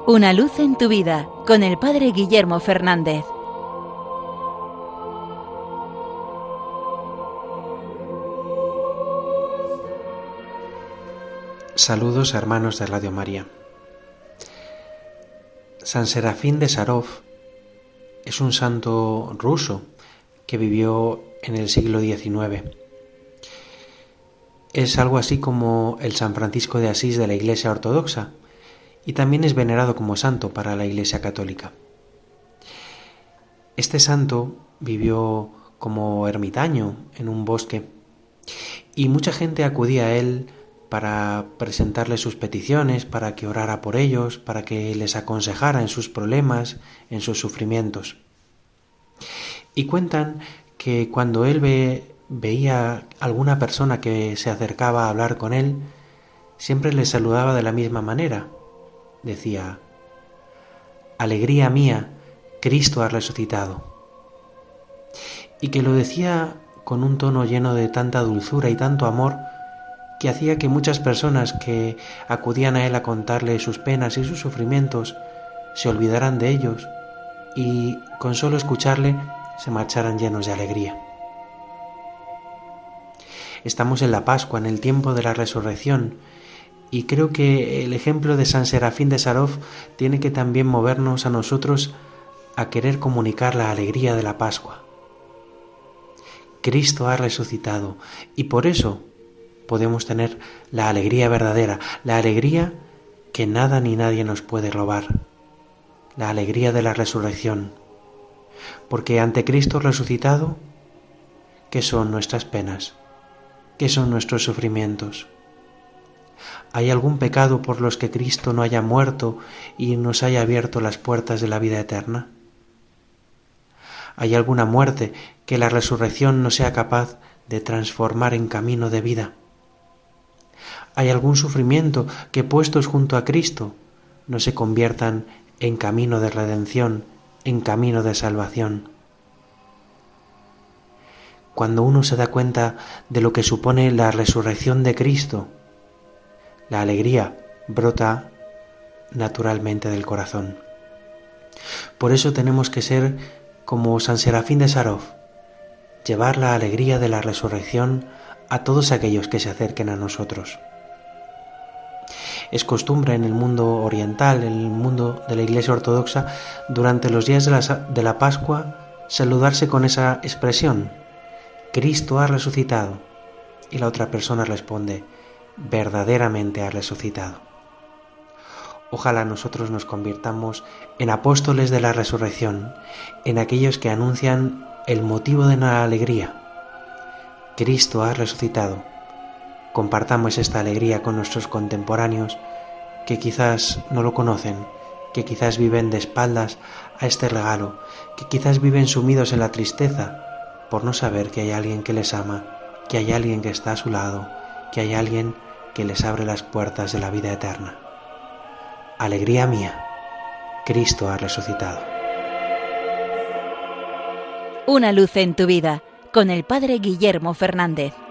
Una luz en tu vida, con el Padre Guillermo Fernández. Saludos, hermanos de Radio María. San Serafín de Sarov es un santo ruso que vivió en el siglo XIX. Es algo así como el San Francisco de Asís de la Iglesia Ortodoxa y también es venerado como santo para la Iglesia Católica. Este santo vivió como ermitaño en un bosque y mucha gente acudía a él para presentarle sus peticiones, para que orara por ellos, para que les aconsejara en sus problemas, en sus sufrimientos. Y cuentan que cuando él veía alguna persona que se acercaba a hablar con él, siempre les saludaba de la misma manera. Decía: «Alegría mía, Cristo ha resucitado». Y que lo decía con un tono lleno de tanta dulzura y tanto amor que hacía que muchas personas que acudían a él a contarle sus penas y sus sufrimientos se olvidaran de ellos y con solo escucharle se marcharan llenos de alegría. Estamos en la Pascua, en el tiempo de la resurrección, y creo que el ejemplo de San Serafín de Sarov tiene que también movernos a nosotros a querer comunicar la alegría de la Pascua. Cristo ha resucitado y por eso podemos tener la alegría verdadera, la alegría que nada ni nadie nos puede robar, la alegría de la resurrección. Porque ante Cristo resucitado, ¿qué son nuestras penas? ¿Qué son nuestros sufrimientos? ¿Hay algún pecado por los que Cristo no haya muerto y nos haya abierto las puertas de la vida eterna? ¿Hay alguna muerte que la resurrección no sea capaz de transformar en camino de vida? ¿Hay algún sufrimiento que puestos junto a Cristo no se conviertan en camino de redención, en camino de salvación? Cuando uno se da cuenta de lo que supone la resurrección de Cristo, la alegría brota naturalmente del corazón. Por eso tenemos que ser como San Serafín de Sarov, llevar la alegría de la resurrección a todos aquellos que se acerquen a nosotros. Es costumbre en el mundo oriental, en el mundo de la Iglesia Ortodoxa, durante los días de la Pascua, saludarse con esa expresión: Cristo ha resucitado. Y la otra persona responde: verdaderamente ha resucitado. Ojalá nosotros nos convirtamos en apóstoles de la resurrección, en aquellos que anuncian el motivo de la alegría. Cristo ha resucitado. Compartamos esta alegría con nuestros contemporáneos que quizás no lo conocen, que quizás viven de espaldas a este regalo, que quizás viven sumidos en la tristeza por no saber que hay alguien que les ama, que hay alguien que está a su lado, que hay alguien que les abre las puertas de la vida eterna. Alegría mía, Cristo ha resucitado. Una luz en tu vida, con el Padre Guillermo Fernández.